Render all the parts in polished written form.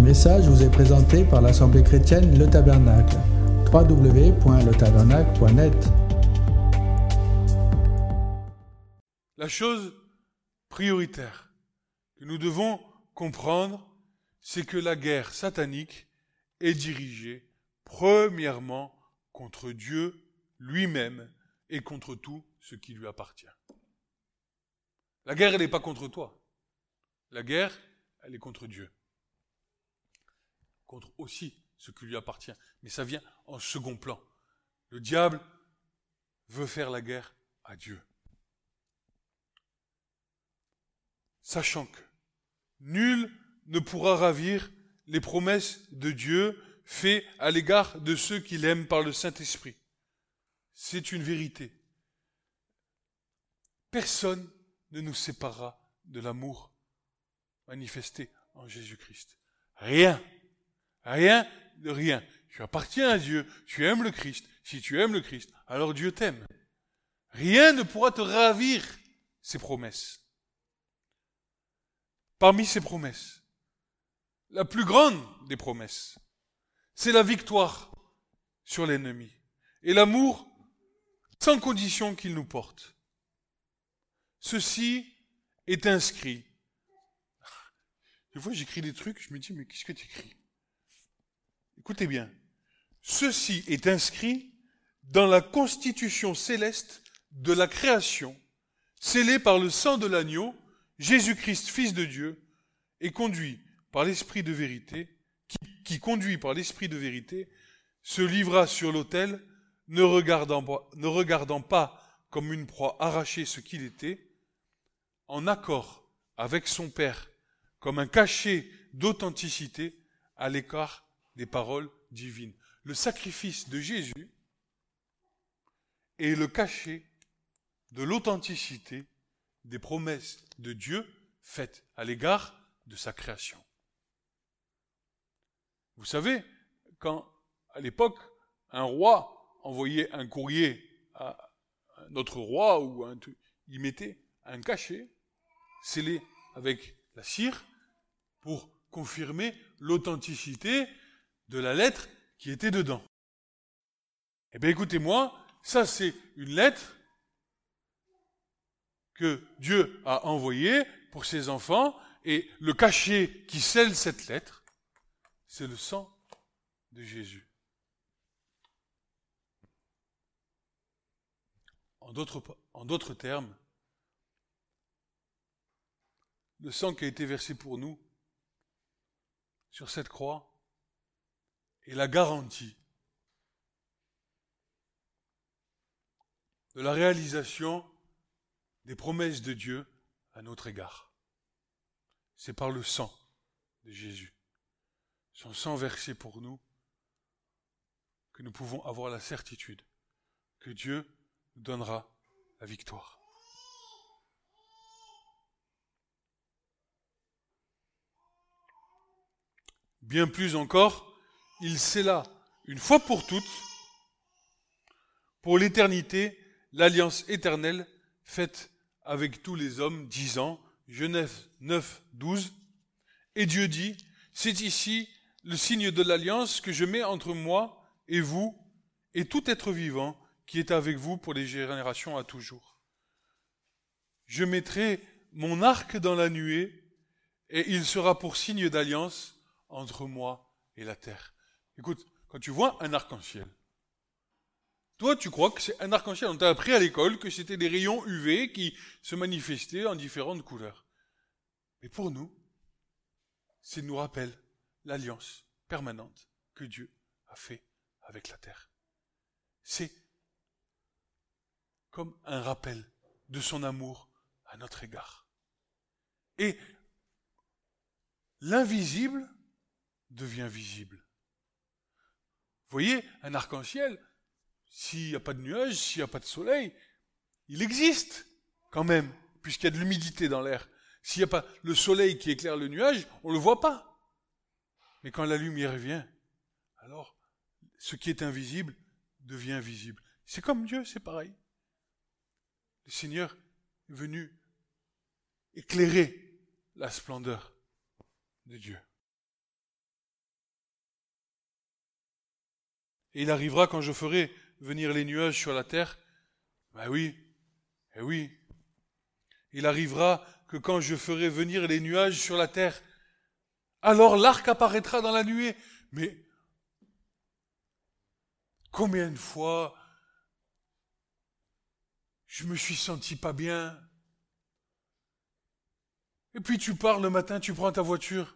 message vous est présenté par l'Assemblée chrétienne Le Tabernacle. www.letabernacle.net. La chose prioritaire que nous devons comprendre, c'est que la guerre satanique est dirigée premièrement contre Dieu lui-même et contre tout ce qui lui appartient. La guerre, elle n'est pas contre toi. La guerre, elle est contre Dieu. Contre aussi ce qui lui appartient. Mais ça vient en second plan. Le diable veut faire la guerre à Dieu. Sachant que nul ne pourra ravir les promesses de Dieu faites à l'égard de ceux qui l'aiment par le Saint-Esprit. C'est une vérité. Personne ne nous séparera de l'amour manifesté en Jésus-Christ. Rien. Rien de rien. Tu appartiens à Dieu, tu aimes le Christ. Si tu aimes le Christ, alors Dieu t'aime. Rien ne pourra te ravir ses promesses. Parmi ces promesses, la plus grande des promesses, c'est la victoire sur l'ennemi et l'amour sans condition qu'il nous porte. Ceci est inscrit. Des fois, j'écris des trucs, je me dis, mais qu'est-ce que tu écris ? Écoutez bien. Ceci est inscrit dans la constitution céleste de la création, scellée par le sang de l'agneau, Jésus-Christ, Fils de Dieu, et conduit par l'Esprit de vérité, qui conduit par l'Esprit de vérité, se livra sur l'autel, ne regardant pas comme une proie arrachée ce qu'il était, en accord avec son Père, comme un cachet d'authenticité à l'écart des paroles divines. Le sacrifice de Jésus est le cachet de l'authenticité des promesses de Dieu faites à l'égard de sa création. Vous savez, quand à l'époque, un roi envoyait un courrier à un autre roi, il mettait un cachet scellé avec la cire pour confirmer l'authenticité de la lettre qui était dedans. Eh bien écoutez-moi, ça c'est une lettre que Dieu a envoyée pour ses enfants, et le cachet qui scelle cette lettre, c'est le sang de Jésus. En d'autres termes, le sang qui a été versé pour nous sur cette croix est la garantie de la réalisation des promesses de Dieu à notre égard. C'est par le sang de Jésus, son sang versé pour nous, que nous pouvons avoir la certitude que Dieu nous donnera la victoire. Bien plus encore, il scella une fois pour toutes, pour l'éternité, l'alliance éternelle faite avec tous les hommes, disant, Genèse 9, 12, et Dieu dit, c'est ici le signe de l'alliance que je mets entre moi et vous et tout être vivant qui est avec vous pour les générations à toujours. Je mettrai mon arc dans la nuée et il sera pour signe d'alliance entre moi et la terre. Écoute, quand tu vois un arc-en-ciel, toi, tu crois que c'est un arc-en-ciel. On t'a appris à l'école que c'était des rayons UV qui se manifestaient en différentes couleurs. Mais pour nous, ça nous rappelle l'alliance permanente que Dieu a fait avec la terre. C'est comme un rappel de son amour à notre égard. Et l'invisible devient visible. Vous voyez, un arc-en-ciel, s'il n'y a pas de nuages, s'il n'y a pas de soleil, il existe quand même, puisqu'il y a de l'humidité dans l'air. S'il n'y a pas le soleil qui éclaire le nuage, on ne le voit pas. Mais quand la lumière vient, alors ce qui est invisible devient visible. C'est comme Dieu, c'est pareil. Le Seigneur est venu éclairer la splendeur de Dieu. Et il arrivera quand je ferai venir les nuages sur la terre. Ben oui, eh oui. Il arrivera que quand je ferai venir les nuages sur la terre, alors l'arc apparaîtra dans la nuée. Mais combien de fois je me suis senti pas bien. Et puis tu pars le matin, tu prends ta voiture.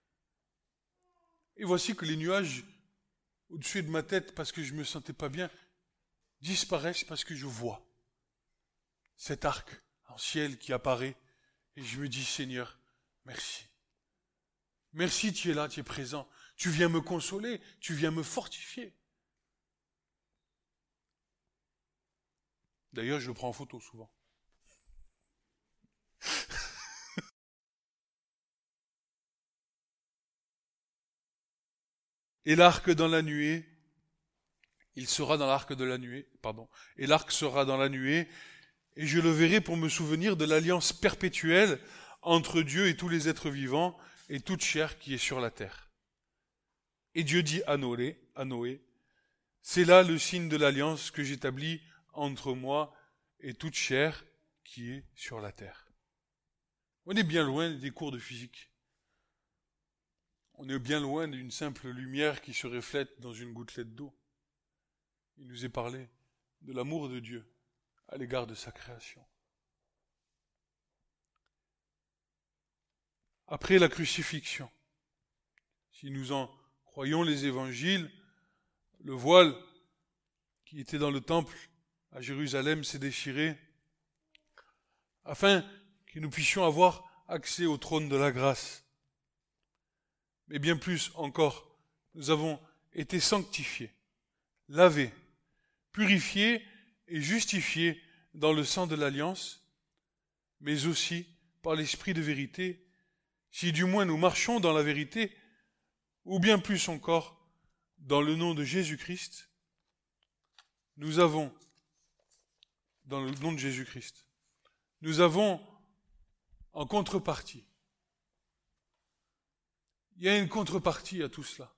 Et voici que les nuages au-dessus de ma tête, parce que je me sentais pas bien, disparaissent parce que je vois cet arc en ciel qui apparaît. Et je me dis, Seigneur, merci. Merci, tu es là, tu es présent. Tu viens me consoler, tu viens me fortifier. D'ailleurs, je le prends en photo souvent. Et l'arc dans la nuée, il sera dans l'arc de la nuée, et l'arc sera dans la nuée, et je le verrai pour me souvenir de l'alliance perpétuelle entre Dieu et tous les êtres vivants et toute chair qui est sur la terre. Et Dieu dit à Noé, c'est là le signe de l'alliance que j'établis entre moi et toute chair qui est sur la terre. On est bien loin des cours de physique. On est bien loin d'une simple lumière qui se reflète dans une gouttelette d'eau. Il nous est parlé de l'amour de Dieu à l'égard de sa création. Après la crucifixion, si nous en croyons les évangiles, le voile qui était dans le temple à Jérusalem s'est déchiré afin que nous puissions avoir accès au trône de la grâce. Mais bien plus encore, nous avons été sanctifiés, lavés, purifiés et justifiés dans le sang de l'alliance, mais aussi par l'esprit de vérité, si du moins nous marchons dans la vérité, ou bien plus encore, dans le nom de Jésus-Christ, nous avons en contrepartie, il y a une contrepartie à tout cela.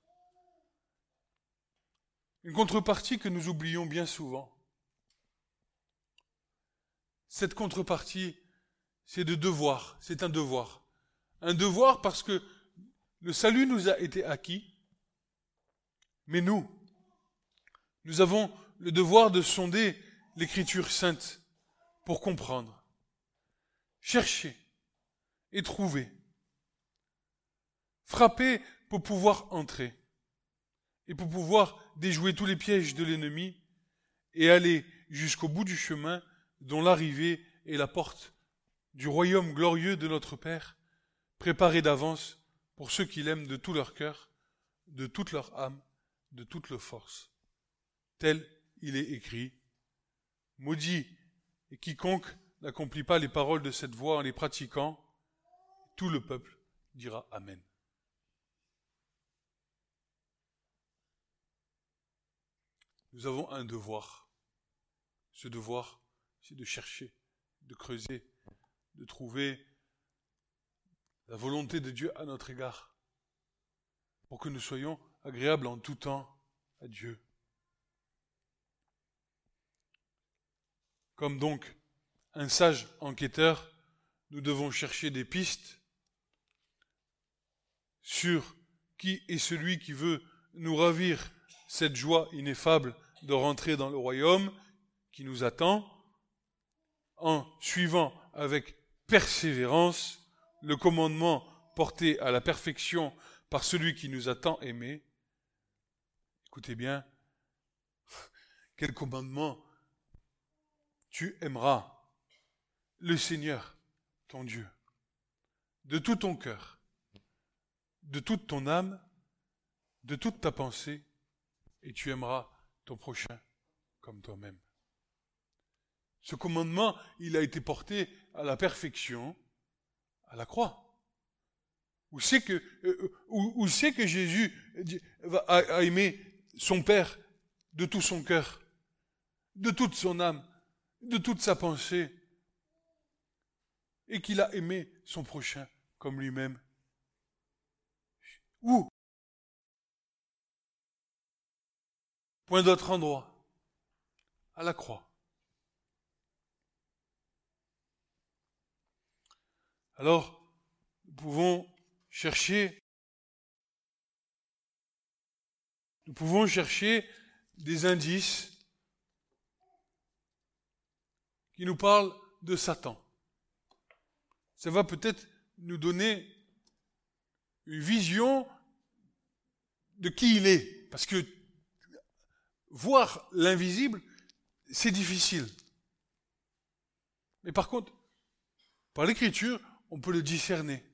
Une contrepartie que nous oublions bien souvent. Cette contrepartie, c'est de devoir, c'est un devoir. Un devoir parce que le salut nous a été acquis, mais nous avons le devoir de sonder l'Écriture sainte pour comprendre, chercher et trouver. Frapper pour pouvoir entrer et pour pouvoir déjouer tous les pièges de l'ennemi et aller jusqu'au bout du chemin dont l'arrivée est la porte du royaume glorieux de notre Père, préparé d'avance pour ceux qui l'aiment de tout leur cœur, de toute leur âme, de toute leur force. Tel il est écrit, maudit et quiconque n'accomplit pas les paroles de cette voix en les pratiquant, tout le peuple dira Amen. Nous avons un devoir. Ce devoir, c'est de chercher, de creuser, de trouver la volonté de Dieu à notre égard, pour que nous soyons agréables en tout temps à Dieu. Comme donc un sage enquêteur, nous devons chercher des pistes sur qui est celui qui veut nous ravir cette joie ineffable de rentrer dans le royaume qui nous attend, en suivant avec persévérance le commandement porté à la perfection par celui qui nous a tant aimés. Écoutez bien, quel commandement? Tu aimeras le Seigneur, ton Dieu, de tout ton cœur, de toute ton âme, de toute ta pensée, et tu aimeras ton prochain comme toi-même. Ce commandement, il a été porté à la perfection à la croix. Où c'est que Jésus a aimé son Père de tout son cœur, de toute son âme, de toute sa pensée, et qu'il a aimé son prochain comme lui-même? Où? point d'autre endroit, à la croix. Alors, nous pouvons chercher des indices qui nous parlent de Satan. Ça va peut-être nous donner une vision de qui il est. Parce que voir l'invisible, c'est difficile. Mais par contre, par l'écriture, on peut le discerner.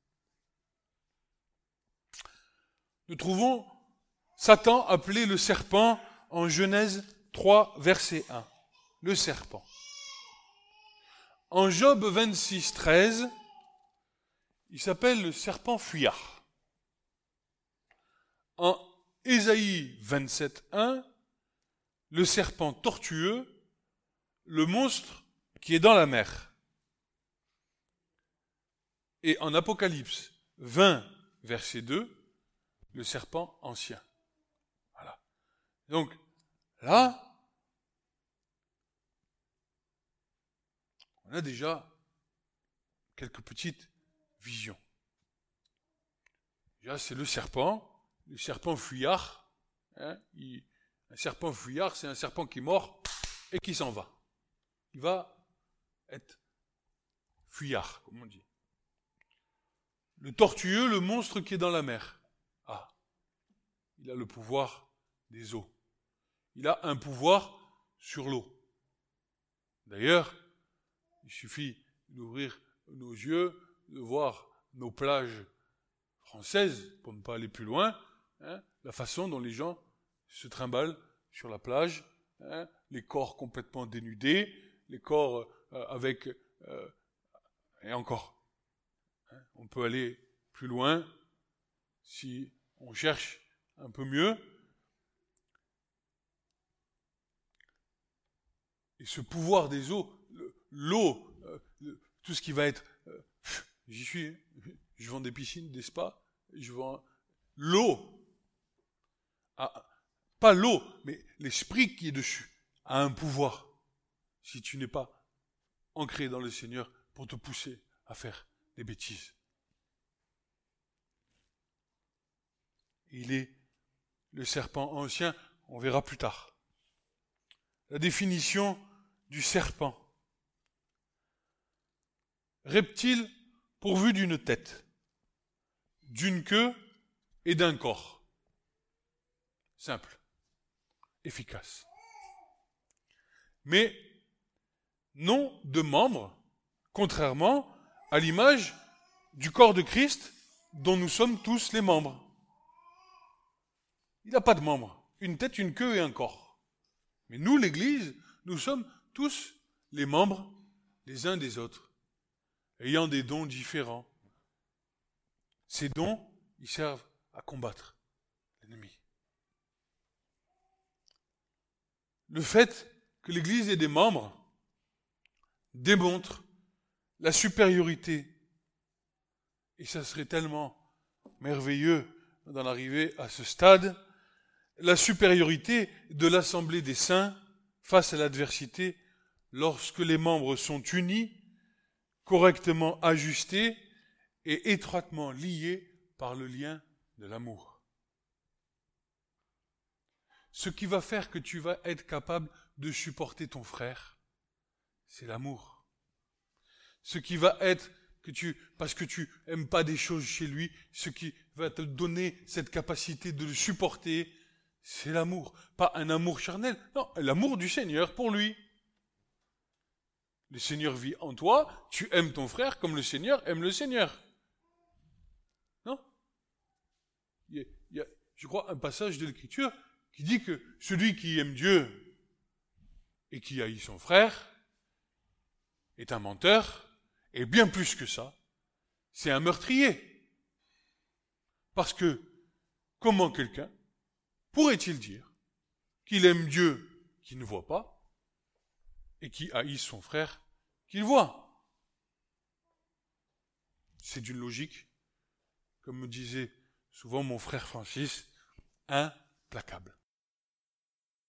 Nous trouvons Satan appelé le serpent en Genèse 3, verset 1. Le serpent. En Job 26, 13, il s'appelle le serpent fuyard. En Ésaïe 27, 1, le serpent tortueux, le monstre qui est dans la mer. Et en Apocalypse 20, verset 2, le serpent ancien. Voilà. Donc, là, on a déjà quelques petites visions. Déjà, c'est le serpent fuyard. Un serpent fuyard, c'est un serpent qui mord et qui s'en va. Il va être fuyard, comme on dit. Le tortueux, le monstre qui est dans la mer. Ah, il a le pouvoir des eaux. Il a un pouvoir sur l'eau. D'ailleurs, il suffit d'ouvrir nos yeux, de voir nos plages françaises, pour ne pas aller plus loin, la façon dont les gens se trimballent sur la plage, les corps complètement dénudés, les corps avec... et encore, on peut aller plus loin si on cherche un peu mieux. Et ce pouvoir des eaux, l'eau, tout ce qui va être... j'y suis, je vends des piscines, des spas, je vends l'eau. Pas l'eau, mais l'esprit qui est dessus a un pouvoir, si tu n'es pas ancré dans le Seigneur, pour te pousser à faire des bêtises. Il est le serpent ancien, on verra plus tard. La définition du serpent. Reptile pourvu d'une tête, d'une queue et d'un corps. Simple, efficace. Mais non de membres, contrairement à l'image du corps de Christ dont nous sommes tous les membres. Il n'a pas de membres, une tête, une queue et un corps. Mais nous, l'Église, nous sommes tous les membres les uns des autres, ayant des dons différents. Ces dons, ils servent à combattre l'ennemi. Le fait que l'Église ait des membres démontre la supériorité. Et ça serait tellement merveilleux d'en arriver à ce stade, la supériorité de l'Assemblée des saints face à l'adversité lorsque les membres sont unis, correctement ajustés et étroitement liés par le lien de l'amour. Ce qui va faire que tu vas être capable de supporter ton frère, c'est l'amour. Ce qui va être parce que tu aimes pas des choses chez lui, ce qui va te donner cette capacité de le supporter, c'est l'amour. Pas un amour charnel, non, l'amour du Seigneur pour lui. Le Seigneur vit en toi, tu aimes ton frère comme le Seigneur aime le Seigneur. Non ? Il y a, je crois, un passage de l'Écriture qui dit que celui qui aime Dieu et qui haït son frère est un menteur, et bien plus que ça, c'est un meurtrier. Parce que, comment quelqu'un pourrait-il dire qu'il aime Dieu qu'il ne voit pas et qui haït son frère qu'il voit? C'est d'une logique, comme me disait souvent mon frère Francis, implacable.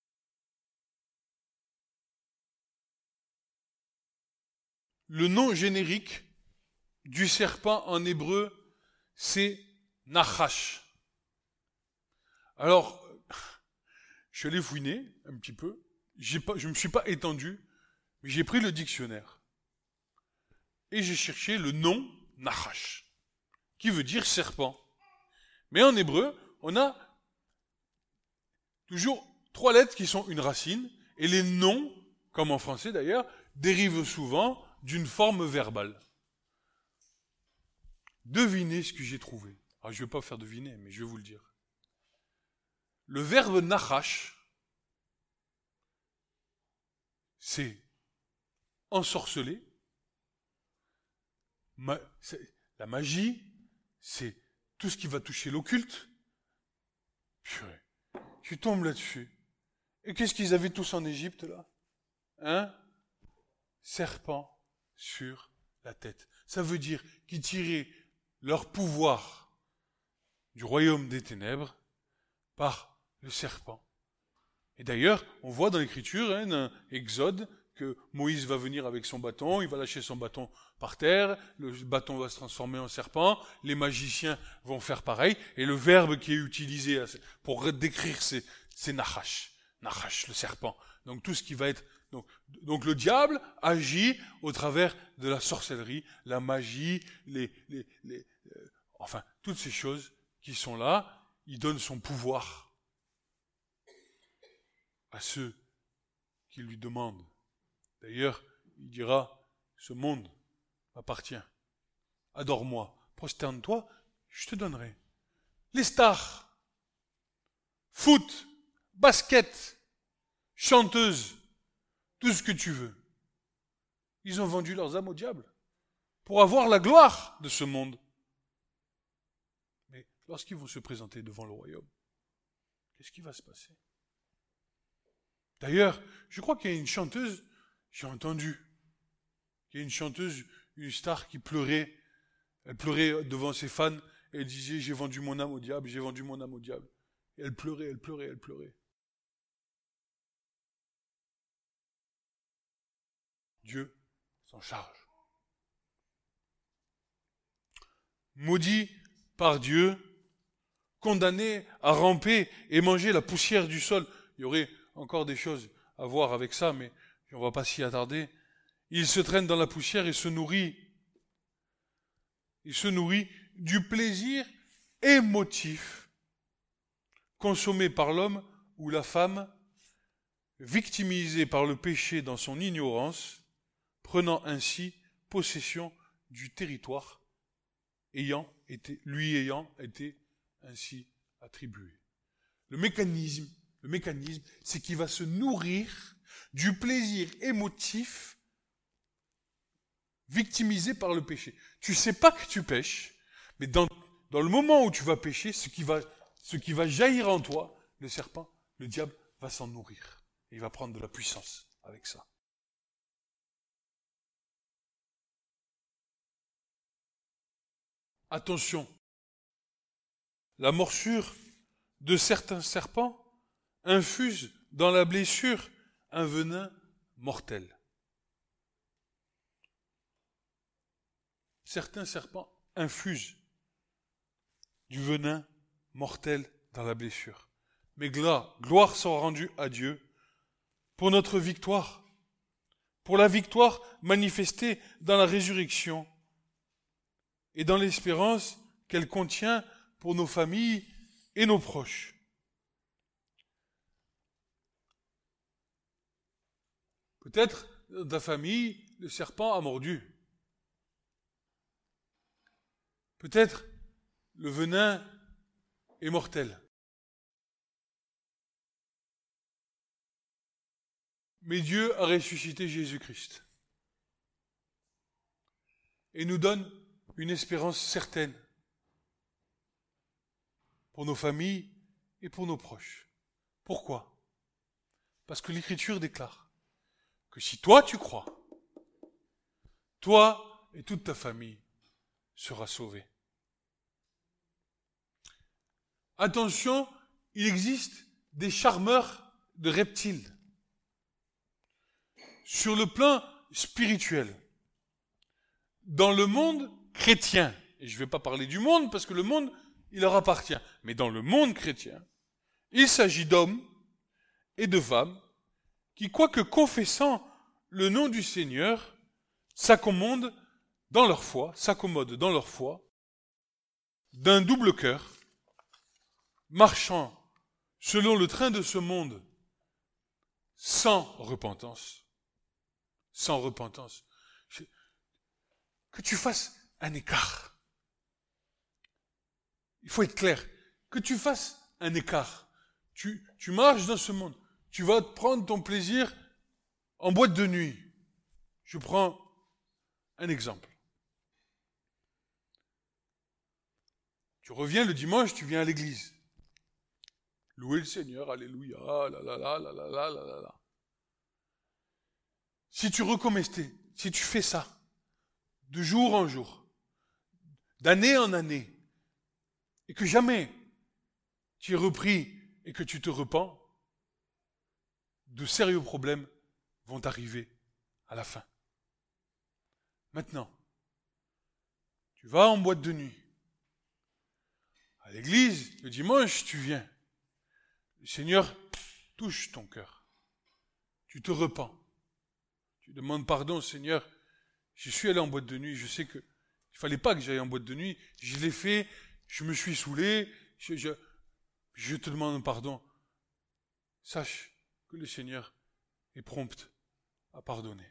le nom générique du serpent en hébreu, c'est Nachash. Alors, je suis allé fouiner un petit peu. Je ne me suis pas étendu, mais j'ai pris le dictionnaire. Et j'ai cherché le nom Nachash, qui veut dire serpent. Mais en hébreu, on a toujours 3 lettres qui sont une racine, et les noms, comme en français d'ailleurs, dérivent souvent d'une forme verbale. Devinez ce que j'ai trouvé. Alors, je ne vais pas faire deviner, mais je vais vous le dire. Le verbe nachash, c'est ensorceler. La magie, c'est tout ce qui va toucher l'occulte. Purée, tu tombes là-dessus. Et qu'est-ce qu'ils avaient tous en Égypte, là? Un serpent sur la tête. Ça veut dire qu'ils tiraient leur pouvoir du royaume des ténèbres par le serpent. Et d'ailleurs, on voit dans l'Écriture, dans Exode, que Moïse va venir avec son bâton, il va lâcher son bâton par terre, le bâton va se transformer en serpent, les magiciens vont faire pareil, et le verbe qui est utilisé pour décrire c'est Nachash. Nachash, le serpent. Donc tout ce qui va être... Donc le diable agit au travers de la sorcellerie, la magie, enfin, toutes ces choses qui sont là, il donne son pouvoir à ceux qui lui demandent. D'ailleurs, il dira, ce monde m'appartient. Adore-moi, prosterne-toi, je te donnerai. Les stars, foot, basket, chanteuses, tout ce que tu veux. Ils ont vendu leurs âmes au diable pour avoir la gloire de ce monde. Mais lorsqu'ils vont se présenter devant le royaume, qu'est-ce qui va se passer? D'ailleurs, je crois qu'il y a une chanteuse, j'ai entendu, qu'il y a une chanteuse, une star qui pleurait. Elle pleurait devant ses fans et elle disait « J'ai vendu mon âme au diable, j'ai vendu mon âme au diable ». Et elle pleurait, elle pleurait, elle pleurait. Dieu s'en charge. Maudit par Dieu, condamné à ramper et manger la poussière du sol. Il y aurait encore des choses à voir avec ça, mais on ne va pas s'y attarder. Il se traîne dans la poussière et se nourrit. Il se nourrit du plaisir émotif consommé par l'homme ou la femme, victimisé par le péché dans son ignorance, prenant ainsi possession du territoire lui ayant été ainsi attribué. Le mécanisme, c'est qu'il va se nourrir du plaisir émotif victimisé par le péché. Tu sais pas que tu pêches, mais dans le moment où tu vas pécher, ce qui va jaillir en toi, le serpent, le diable, va s'en nourrir. Et il va prendre de la puissance avec ça. Attention, la morsure de certains serpents infuse dans la blessure un venin mortel. Certains serpents infusent du venin mortel dans la blessure. Mais gloire soit rendue à Dieu pour notre victoire, pour la victoire manifestée dans la résurrection et dans l'espérance qu'elle contient pour nos familles et nos proches. Peut-être dans ta famille, le serpent a mordu. Peut-être le venin est mortel. Mais Dieu a ressuscité Jésus-Christ et nous donne une espérance certaine pour nos familles et pour nos proches. Pourquoi? Parce que l'Écriture déclare que si toi tu crois, toi et toute ta famille sera sauvée. Attention, il existe des charmeurs de reptiles. Sur le plan spirituel, dans le monde chrétien, et je ne vais pas parler du monde parce que le monde, il leur appartient, mais dans le monde chrétien, il s'agit d'hommes et de femmes qui, quoique confessant le nom du Seigneur, s'accommodent dans leur foi, d'un double cœur, marchant selon le train de ce monde, sans repentance. Que tu fasses un écart. Il faut être clair. Que tu fasses un écart. Tu marches dans ce monde. Tu vas te prendre ton plaisir en boîte de nuit. Je prends un exemple. Tu reviens le dimanche, tu viens à l'église. Louer le Seigneur, alléluia, la. Si tu recommençais, si tu fais ça, de jour en jour, d'année en année, et que jamais tu es repris et que tu te repens, de sérieux problèmes vont arriver à la fin. Maintenant, tu vas en boîte de nuit. À l'église, le dimanche, tu viens. Le Seigneur touche ton cœur. Tu te repens. Tu demandes pardon, Seigneur. Je suis allé en boîte de nuit. Je sais que il fallait pas que j'aille en boîte de nuit. Je l'ai fait. Je me suis saoulé. Je te demande pardon. Sache que le Seigneur est prompt à pardonner.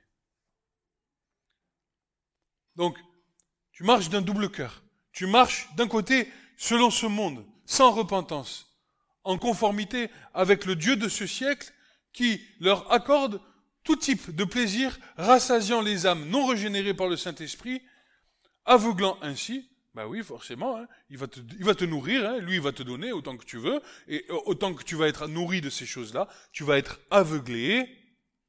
Donc, tu marches d'un double cœur. Tu marches d'un côté selon ce monde, sans repentance, en conformité avec le Dieu de ce siècle qui leur accorde tout type de plaisir, rassasiant les âmes non régénérées par le Saint-Esprit, aveuglant ainsi, ben oui, forcément, hein, il va te nourrir, hein, lui il va te donner autant que tu veux, et autant que tu vas être nourri de ces choses-là, tu vas être aveuglé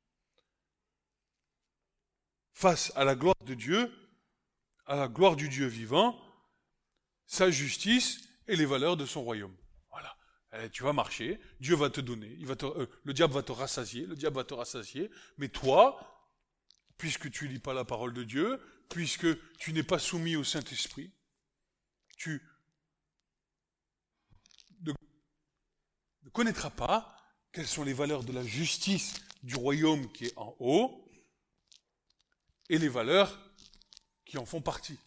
face à la gloire de Dieu, à la gloire du Dieu vivant, sa justice et les valeurs de son royaume. Voilà. Tu vas marcher, Dieu va te donner, le diable va te rassasier, mais toi, puisque tu ne lis pas la parole de Dieu, puisque tu n'es pas soumis au Saint-Esprit, tu ne connaîtras pas quelles sont les valeurs de la justice du royaume qui est en haut et les valeurs qui en font partie.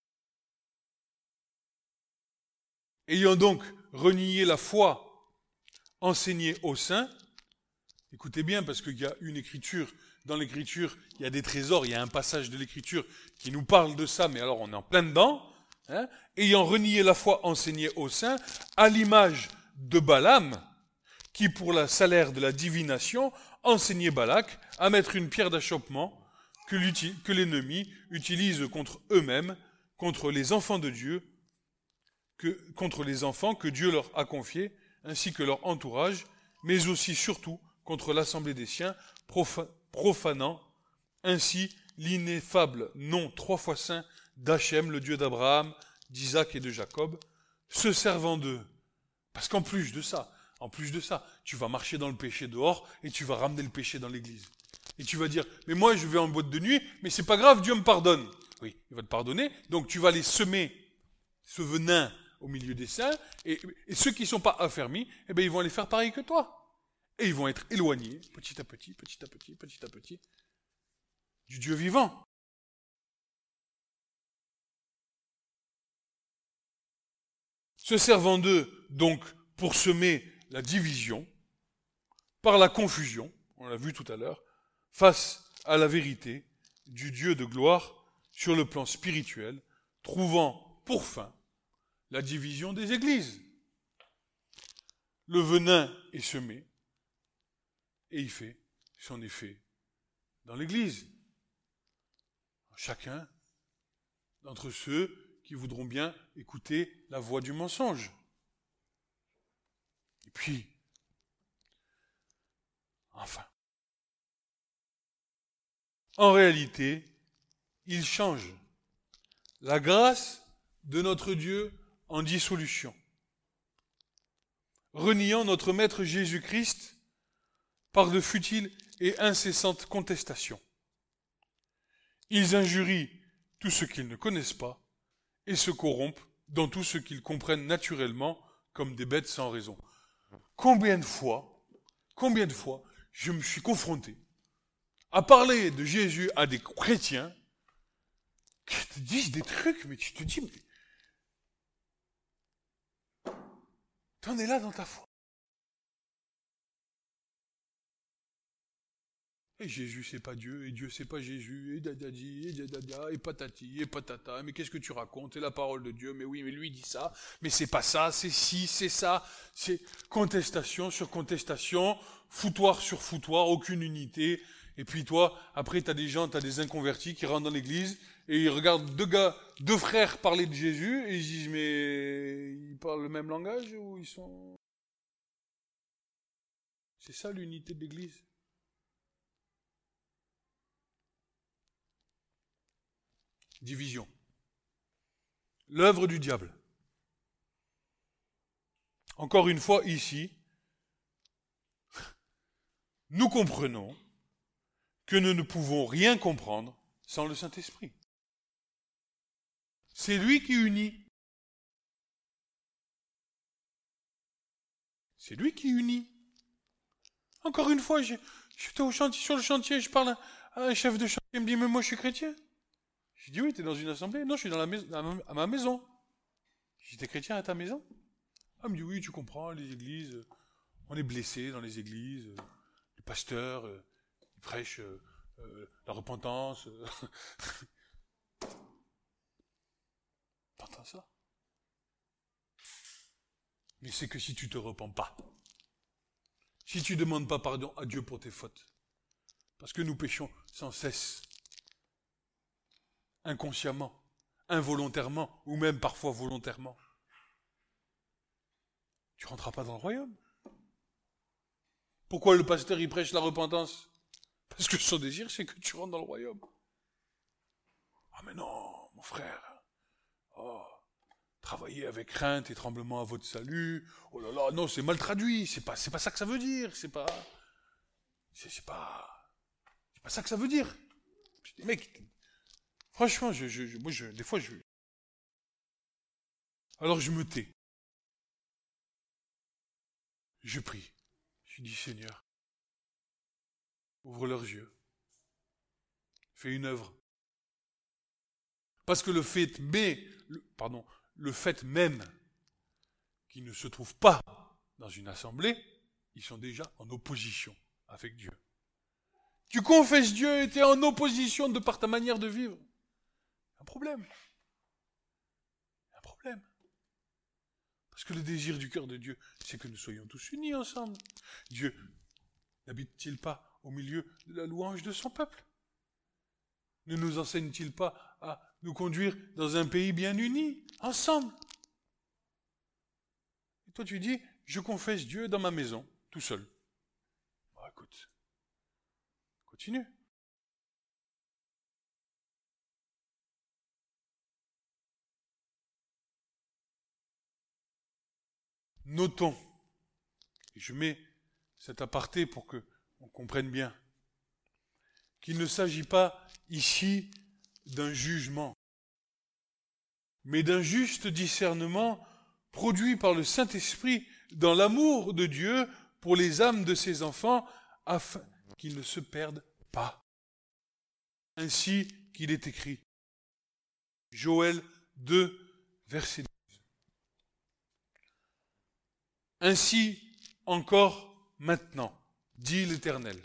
Ayant donc renié la foi enseignée aux saints, écoutez bien parce qu'il y a une écriture, dans l'écriture, il y a des trésors, il y a un passage de l'écriture qui nous parle de ça, mais alors on est en plein dedans, hein, ayant renié la foi enseignée aux saints, à l'image de Balaam, qui pour le salaire de la divination, enseignait Balak à mettre une pierre d'achoppement que l'ennemi utilise contre eux-mêmes, contre les enfants de Dieu, contre les enfants que Dieu leur a confiés, ainsi que leur entourage, mais aussi surtout contre l'assemblée des siens, profanant ainsi l'ineffable nom 3 fois saint d'Hachem, le Dieu d'Abraham, d'Isaac et de Jacob, se servant d'eux. Parce qu'en plus de ça, tu vas marcher dans le péché dehors et tu vas ramener le péché dans l'église. Et tu vas dire, mais moi je vais en boîte de nuit, mais c'est pas grave, Dieu me pardonne. Oui, il va te pardonner, donc tu vas aller semer ce venin au milieu des saints, et ceux qui ne sont pas affermis, eh bien, ils vont aller faire pareil que toi. Et ils vont être éloignés, petit à petit, du Dieu vivant. Se servant d'eux, donc, pour semer la division, par la confusion, on l'a vu tout à l'heure, face à la vérité du Dieu de gloire sur le plan spirituel, trouvant pour fin la division des églises. Le venin est semé et il fait son effet dans l'église. Chacun d'entre ceux qui voudront bien écouter la voix du mensonge. Et puis, enfin, en réalité, il change la grâce de notre Dieu en dissolution, reniant notre Maître Jésus-Christ par de futiles et incessantes contestations. Ils injurient tout ce qu'ils ne connaissent pas et se corrompent dans tout ce qu'ils comprennent naturellement comme des bêtes sans raison. Combien de fois je me suis confronté à parler de Jésus à des chrétiens qui te disent des trucs, mais tu te dis, mais t'en es là dans ta foi. Et Jésus, c'est pas Dieu, et Dieu, c'est pas Jésus, et dadadi, et dadada, et patati, et patata, mais qu'est-ce que tu racontes? C'est la parole de Dieu, mais oui, mais lui dit ça, mais c'est pas ça, c'est ci, c'est ça, c'est contestation sur contestation, foutoir sur foutoir, aucune unité, et puis toi, après t'as des inconvertis qui rentrent dans l'église, et ils regardent deux frères parler de Jésus, et ils disent, mais ils parlent le même langage, ou ils sont... C'est ça l'unité de l'église. Division. L'œuvre du diable. Encore une fois, ici, nous comprenons que nous ne pouvons rien comprendre sans le Saint-Esprit. C'est lui qui unit. C'est lui qui unit. Encore une fois, j'étais sur le chantier, je parle à un chef de chantier, il me dit, mais moi je suis chrétien. Je dis, oui, t'es dans une assemblée? Non, je suis à ma maison. Je dis, t'es chrétien à ta maison? Ah, il me dit, oui, tu comprends, les églises, on est blessés dans les églises, les pasteurs, ils prêchent la repentance. T'entends ça? Mais c'est que si tu te repens pas, si tu demandes pas pardon à Dieu pour tes fautes, parce que nous péchons sans cesse, inconsciemment, involontairement, ou même parfois volontairement, tu ne rentreras pas dans le royaume. Pourquoi le pasteur il prêche la repentance? Parce que son désir, c'est que tu rentres dans le royaume. Ah mais non, mon frère. Oh, travaillez avec crainte et tremblement à votre salut. Oh là là, non, c'est mal traduit. C'est pas ça que ça veut dire. C'est pas ça que ça veut dire. Je dis, mec, franchement, des fois, alors je me tais. Je prie. Je dis, Seigneur, ouvre leurs yeux. Fais une œuvre. Parce que le fait même qu'ils ne se trouvent pas dans une assemblée, ils sont déjà en opposition avec Dieu. Tu confesses Dieu et tu es en opposition de par ta manière de vivre. Un problème. Un problème. Parce que le désir du cœur de Dieu, c'est que nous soyons tous unis ensemble. Dieu n'habite-t-il pas au milieu de la louange de son peuple? Ne nous enseigne-t-il pas à nous conduire dans un pays bien uni, ensemble? Et toi tu dis, je confesse Dieu dans ma maison, tout seul. Bon, écoute, continue. Notons, et je mets cet aparté pour qu'on comprenne bien, qu'il ne s'agit pas ici d'un jugement, mais d'un juste discernement produit par le Saint-Esprit dans l'amour de Dieu pour les âmes de ses enfants, afin qu'ils ne se perdent pas. Ainsi qu'il est écrit. Joël 2, verset 12. Ainsi encore maintenant, dit l'Éternel.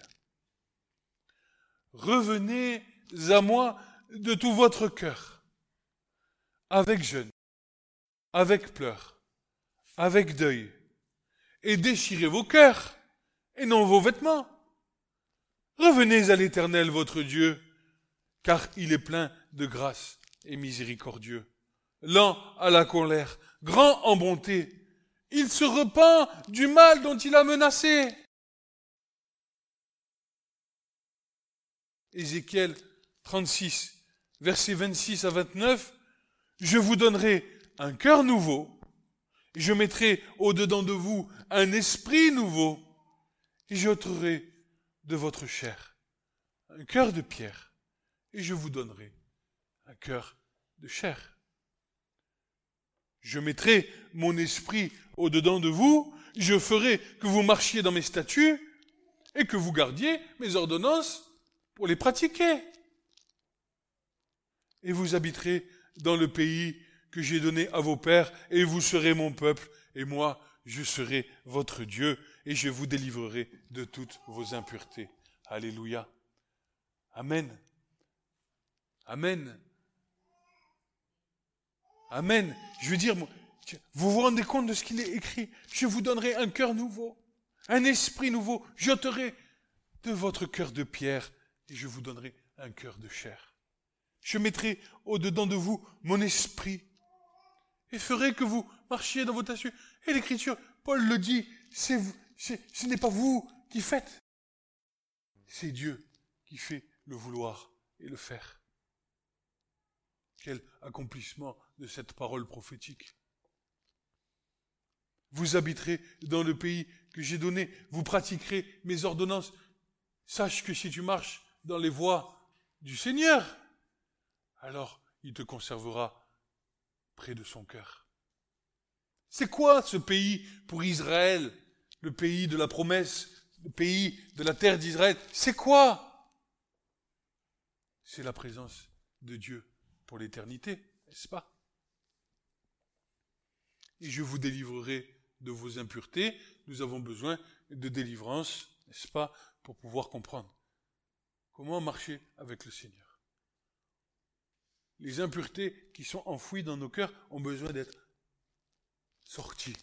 Revenez à moi de tout votre cœur, avec jeûne, avec pleurs, avec deuil, et déchirez vos cœurs, et non vos vêtements. Revenez à l'Éternel votre Dieu, car il est plein de grâce et miséricordieux, lent à la colère, grand en bonté. Il se repent du mal dont il a menacé. Ézéchiel 36, versets 26 à 29, je vous donnerai un cœur nouveau, et je mettrai au-dedans de vous un esprit nouveau, et j'ôterai de votre chair un cœur de pierre, et je vous donnerai un un cœur de chair. Je mettrai mon esprit au-dedans de vous, je ferai que vous marchiez dans mes statuts et que vous gardiez mes ordonnances pour les pratiquer. Et vous habiterez dans le pays que j'ai donné à vos pères, et vous serez mon peuple, et moi, je serai votre Dieu, et je vous délivrerai de toutes vos impuretés. Alléluia. Amen. Amen. Amen. Je veux dire, vous vous rendez compte de ce qu'il est écrit? Je vous donnerai un cœur nouveau, un esprit nouveau. J'ôterai de votre cœur de pierre, et je vous donnerai un cœur de chair. Je mettrai au-dedans de vous mon esprit, et ferai que vous marchiez dans vos statuts. Et l'Écriture, Paul le dit, ce n'est pas vous qui faites. C'est Dieu qui fait le vouloir et le faire. Quel accomplissement de cette parole prophétique. Vous habiterez dans le pays que j'ai donné, vous pratiquerez mes ordonnances. Sache que si tu marches dans les voies du Seigneur, alors il te conservera près de son cœur. C'est quoi ce pays pour Israël? Le pays de la promesse, le pays de la terre d'Israël. C'est quoi? C'est la présence de Dieu pour l'éternité, n'est-ce pas? Et je vous délivrerai de vos impuretés. Nous avons besoin de délivrance, n'est-ce pas, pour pouvoir comprendre comment marcher avec le Seigneur. Les impuretés qui sont enfouies dans nos cœurs ont besoin d'être sorties.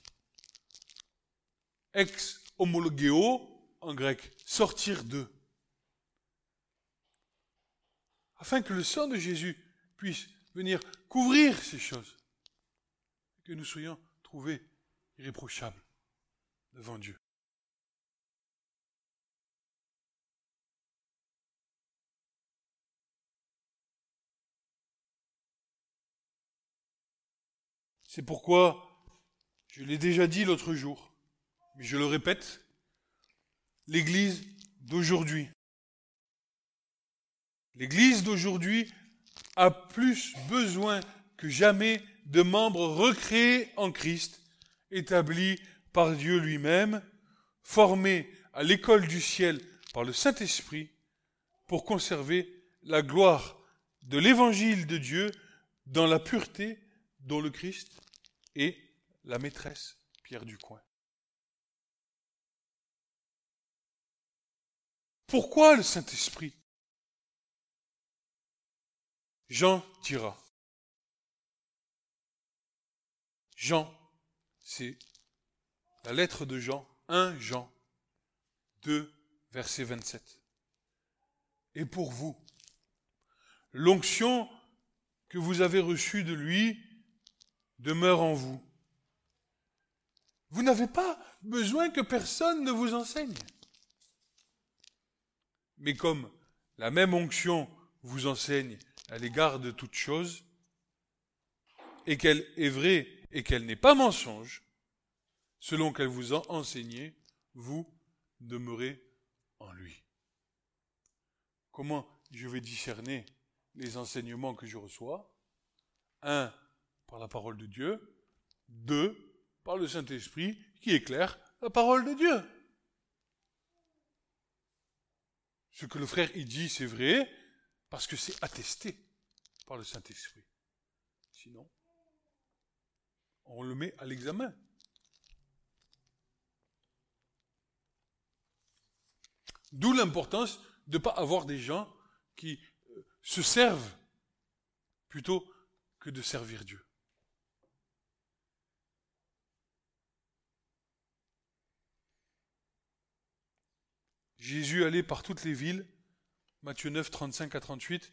Ex homologeo, en grec, sortir d'eux. Afin que le sang de Jésus puisse venir couvrir ces choses. Que nous soyons trouvés irréprochables devant Dieu. C'est pourquoi, je l'ai déjà dit l'autre jour, mais je le répète, l'Église d'aujourd'hui a plus besoin que jamais de membres recréés en Christ, établis par Dieu lui-même, formés à l'école du ciel par le Saint-Esprit, pour conserver la gloire de l'Évangile de Dieu dans la pureté dont le Christ est la maîtresse, pierre du coin. Pourquoi le Saint-Esprit? Jean dira. Jean, c'est la lettre de Jean, 1 Jean 2, verset 27. Et pour vous, l'onction que vous avez reçue de lui demeure en vous. Vous n'avez pas besoin que personne ne vous enseigne. Mais comme la même onction vous enseigne à l'égard de toute chose, et qu'elle est vraie et qu'elle n'est pas mensonge, selon qu'elle vous a enseigné, vous demeurez en lui. Comment je vais discerner les enseignements que je reçois? 1, par la parole de Dieu. 2, par le Saint-Esprit qui éclaire la parole de Dieu. Ce que le frère y dit, c'est vrai, parce que c'est attesté par le Saint-Esprit. Sinon, on le met à l'examen. D'où l'importance de ne pas avoir des gens qui se servent plutôt que de servir Dieu. Jésus allait par toutes les villes, Matthieu 9, 35 à 38,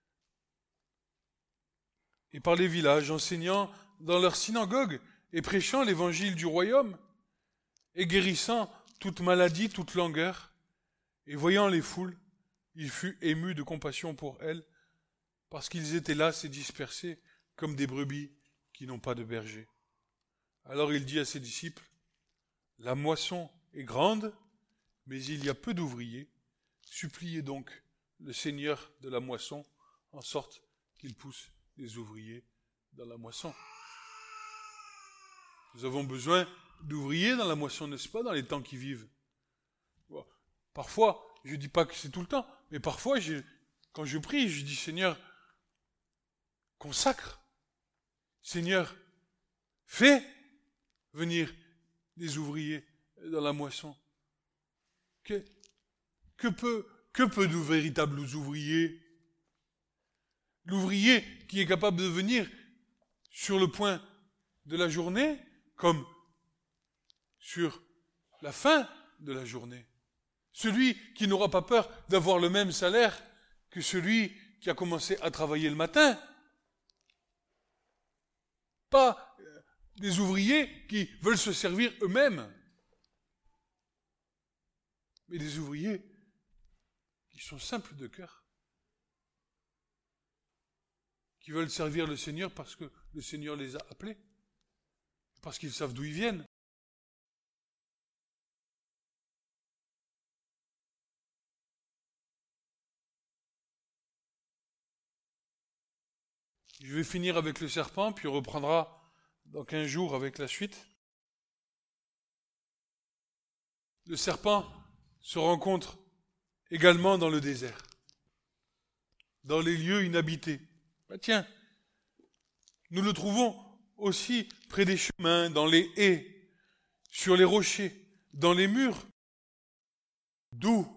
et par les villages, enseignant dans leurs synagogues et prêchant l'évangile du royaume, et guérissant toute maladie, toute langueur, et voyant les foules, il fut ému de compassion pour elles, parce qu'ils étaient là, et dispersés, comme des brebis qui n'ont pas de berger. Alors il dit à ses disciples, « La moisson est grande, mais il y a peu d'ouvriers. Suppliez donc le Seigneur de la moisson, en sorte qu'il pousse des ouvriers dans la moisson. Nous avons besoin d'ouvriers dans la moisson, n'est-ce pas, dans les temps qui vivent. Bon, parfois, je ne dis pas que c'est tout le temps, mais parfois, quand je prie, je dis, Seigneur, consacre. Seigneur, fais venir des ouvriers dans la moisson. Que peu de véritables ouvriers? L'ouvrier qui est capable de venir sur le point de la journée, comme sur la fin de la journée. Celui qui n'aura pas peur d'avoir le même salaire que celui qui a commencé à travailler le matin. Pas des ouvriers qui veulent se servir eux-mêmes, mais des ouvriers qui sont simples de cœur, qui veulent servir le Seigneur parce que le Seigneur les a appelés, parce qu'ils savent d'où ils viennent. Je vais finir avec le serpent, puis on reprendra dans 15 jours avec la suite. Le serpent se rencontre également dans le désert, dans les lieux inhabités. Tiens, nous le trouvons aussi près des chemins, dans les haies, sur les rochers, dans les murs. D'où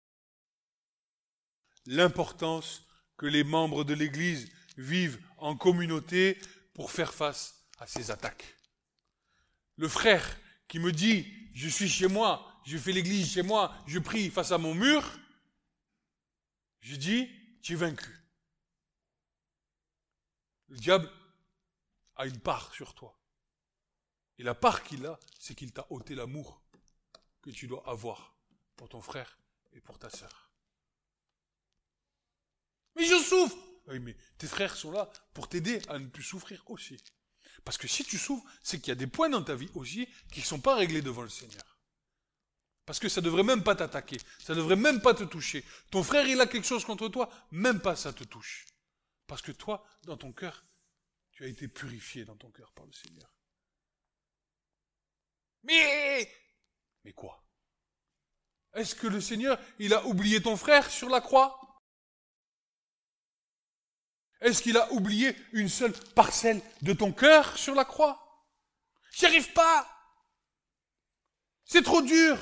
l'importance que les membres de l'Église vivent en communauté pour faire face à ces attaques. Le frère qui me dit « je suis chez moi, je fais l'église chez moi, je prie face à mon mur », je dis « tu es vaincu ». Le diable a une part sur toi. Et la part qu'il a, c'est qu'il t'a ôté l'amour que tu dois avoir pour ton frère et pour ta sœur. Mais je souffre! Oui, mais tes frères sont là pour t'aider à ne plus souffrir aussi. Parce que si tu souffres, c'est qu'il y a des points dans ta vie aussi qui ne sont pas réglés devant le Seigneur. Parce que ça ne devrait même pas t'attaquer, ça ne devrait même pas te toucher. Ton frère, il a quelque chose contre toi, même pas ça te touche. Parce que toi, dans ton cœur, tu as été purifié dans ton cœur par le Seigneur. Mais quoi? Est-ce que le Seigneur, il a oublié ton frère sur la croix? Est-ce qu'il a oublié une seule parcelle de ton cœur sur la croix? J'y arrive pas! C'est trop dur!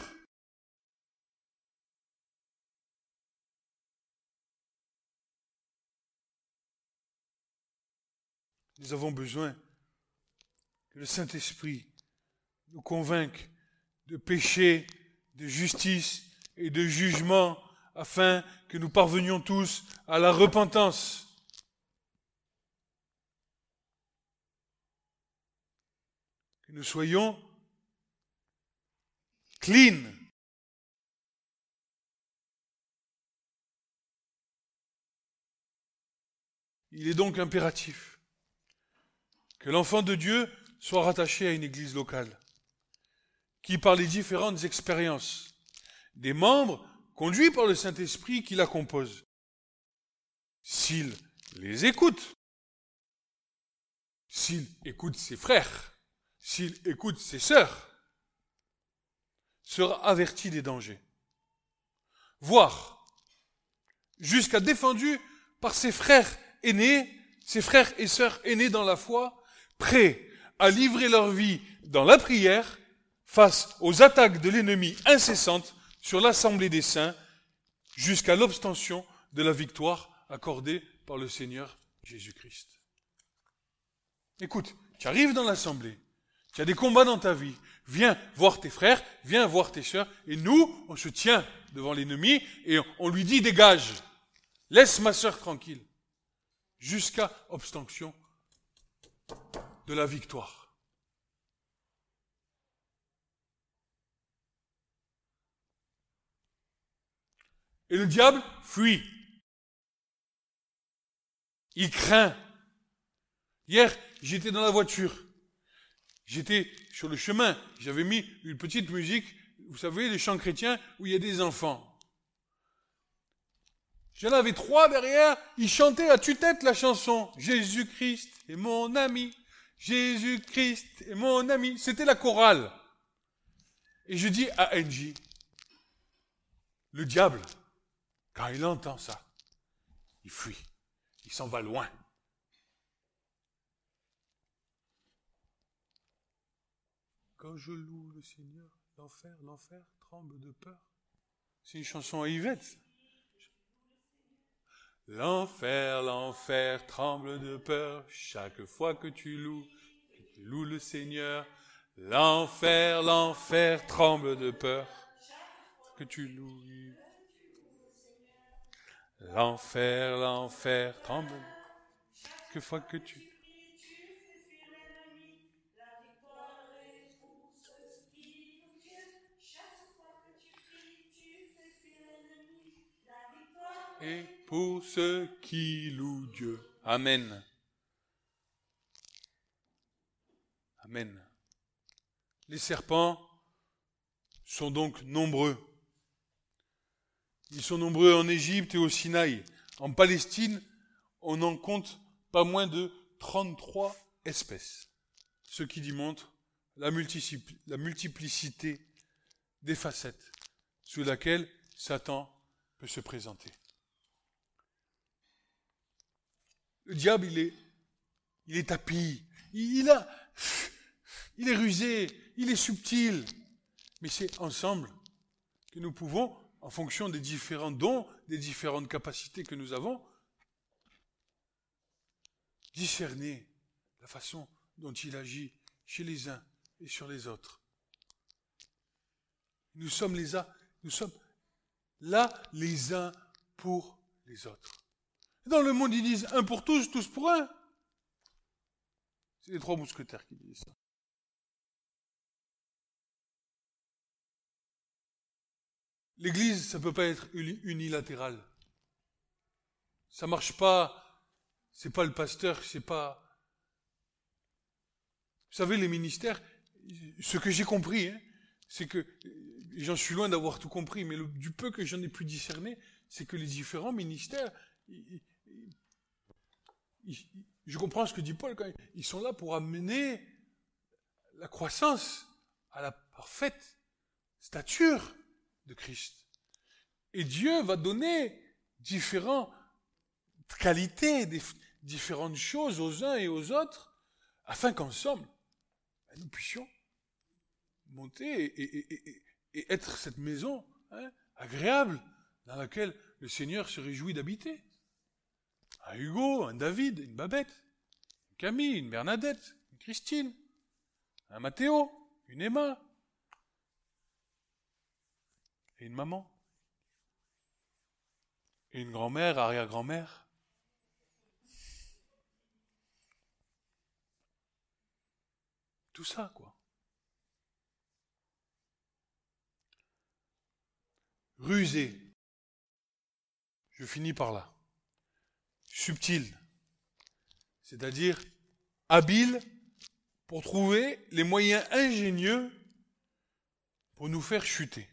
Nous avons besoin que le Saint-Esprit nous convainque de péché, de justice et de jugement afin que nous parvenions tous à la repentance. Que nous soyons clean. Il est donc impératif que l'enfant de Dieu soit rattaché à une église locale, qui par les différentes expériences des membres conduits par le Saint-Esprit qui la compose, s'il les écoute, s'il écoute ses frères, s'il écoute ses sœurs, sera averti des dangers, voire jusqu'à défendu par ses frères aînés, ses frères et sœurs aînés dans la foi, prêts à livrer leur vie dans la prière face aux attaques de l'ennemi incessantes sur l'assemblée des saints jusqu'à l'obtention de la victoire accordée par le Seigneur Jésus-Christ. Écoute, tu arrives dans l'assemblée, tu as des combats dans ta vie, viens voir tes frères, viens voir tes sœurs, et nous, on se tient devant l'ennemi et on lui dit dégage, laisse ma sœur tranquille, jusqu'à obtention de la victoire. Et le diable fuit. Il craint. Hier, j'étais dans la voiture. J'étais sur le chemin. J'avais mis une petite musique, vous savez, les chants chrétiens où il y a des enfants. J'en avais 3 derrière, ils chantaient à tue-tête la chanson. Jésus-Christ est mon ami, Jésus-Christ est mon ami. C'était la chorale. Et je dis à Angie, le diable, quand il entend ça, il fuit, il s'en va loin. Quand je loue le Seigneur, l'enfer tremble de peur. C'est une chanson à Yvette. L'enfer tremble de peur chaque fois que tu loues le Seigneur. L'enfer tremble de peur que tu loues. L'enfer tremble chaque fois que tu... Et pour ceux qui louent Dieu. Amen. Amen. Les serpents sont donc nombreux. Ils sont nombreux en Égypte et au Sinaï. En Palestine, on en compte pas moins de 33 espèces. Ce qui démontre la multiplicité des facettes sous laquelle Satan peut se présenter. Le diable, il est tapis, il est rusé, il est subtil. Mais c'est ensemble que nous pouvons, en fonction des différents dons, des différentes capacités que nous avons, discerner la façon dont il agit chez les uns et sur les autres. Nous sommes là les uns pour les autres. Dans le monde, ils disent un pour tous, tous pour un. C'est les 3 mousquetaires qui disent ça. L'Église, ça ne peut pas être unilatéral. Ça ne marche pas, c'est pas le pasteur, c'est pas... Vous savez, les ministères, ce que j'ai compris, c'est que, j'en suis loin d'avoir tout compris, mais du peu que j'en ai pu discerner, c'est que les différents ministères... Je comprends ce que dit Paul quand ils sont là pour amener la croissance à la parfaite stature de Christ. Et Dieu va donner différentes qualités, différentes choses aux uns et aux autres, afin qu'ensemble, nous puissions monter et être cette maison agréable dans laquelle le Seigneur se réjouit d'habiter. Un Hugo, un David, une Babette, une Camille, une Bernadette, une Christine, un Mathéo, une Emma, et une maman, et une grand-mère, arrière-grand-mère. Tout ça, quoi. Rusé. Je finis par là. Subtil, c'est-à-dire habile pour trouver les moyens ingénieux pour nous faire chuter.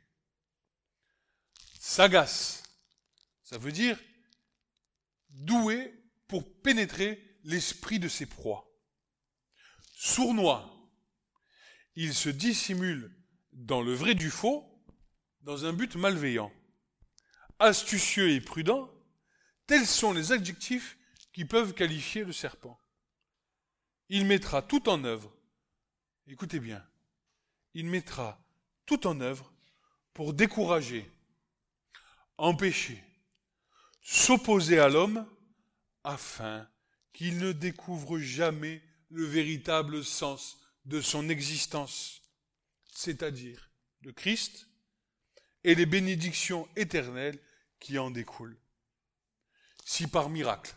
Sagace, ça veut dire doué pour pénétrer l'esprit de ses proies. Sournois, il se dissimule dans le vrai du faux, dans un but malveillant. Astucieux et prudent, tels sont les adjectifs qui peuvent qualifier le serpent. Il mettra tout en œuvre, écoutez bien, il mettra tout en œuvre pour décourager, empêcher, s'opposer à l'homme, afin qu'il ne découvre jamais le véritable sens de son existence, c'est-à-dire de Christ, et les bénédictions éternelles qui en découlent. Si par miracle,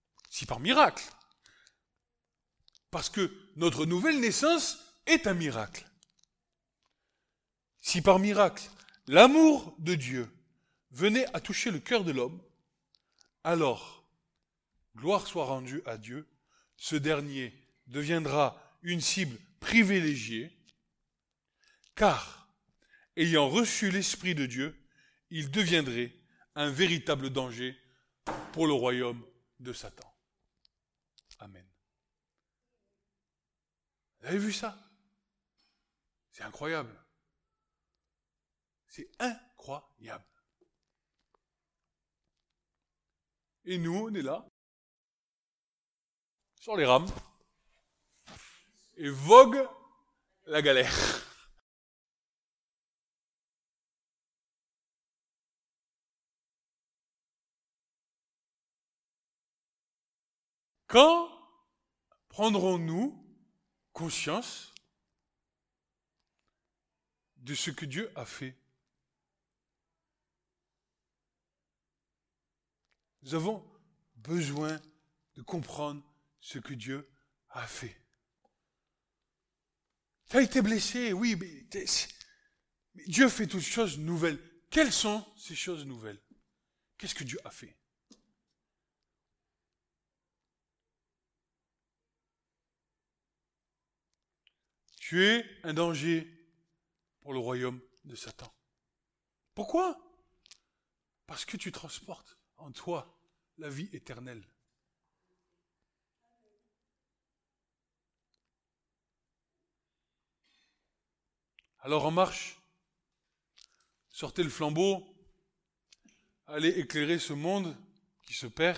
parce que notre nouvelle naissance est un miracle. Si par miracle, l'amour de Dieu venait à toucher le cœur de l'homme, alors, gloire soit rendue à Dieu, ce dernier deviendra une cible privilégiée, car, ayant reçu l'Esprit de Dieu, il deviendrait un véritable danger pour le royaume de Satan. Amen. Vous avez vu ça? C'est incroyable. C'est incroyable. Et nous, on est là, sur les rames, et vogue la galère. Quand prendrons-nous conscience de ce que Dieu a fait? Nous avons besoin de comprendre ce que Dieu a fait. Tu as été blessé, oui, mais Dieu fait toutes choses nouvelles. Quelles sont ces choses nouvelles? Qu'est-ce que Dieu a fait? Tu es un danger pour le royaume de Satan. Pourquoi? Parce que tu transportes en toi la vie éternelle. Alors en marche, sortez le flambeau, allez éclairer ce monde qui se perd.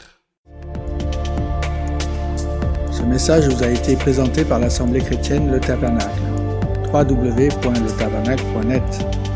Ce message vous a été présenté par l'Assemblée chrétienne Le Tabernacle. www.letabernacle.net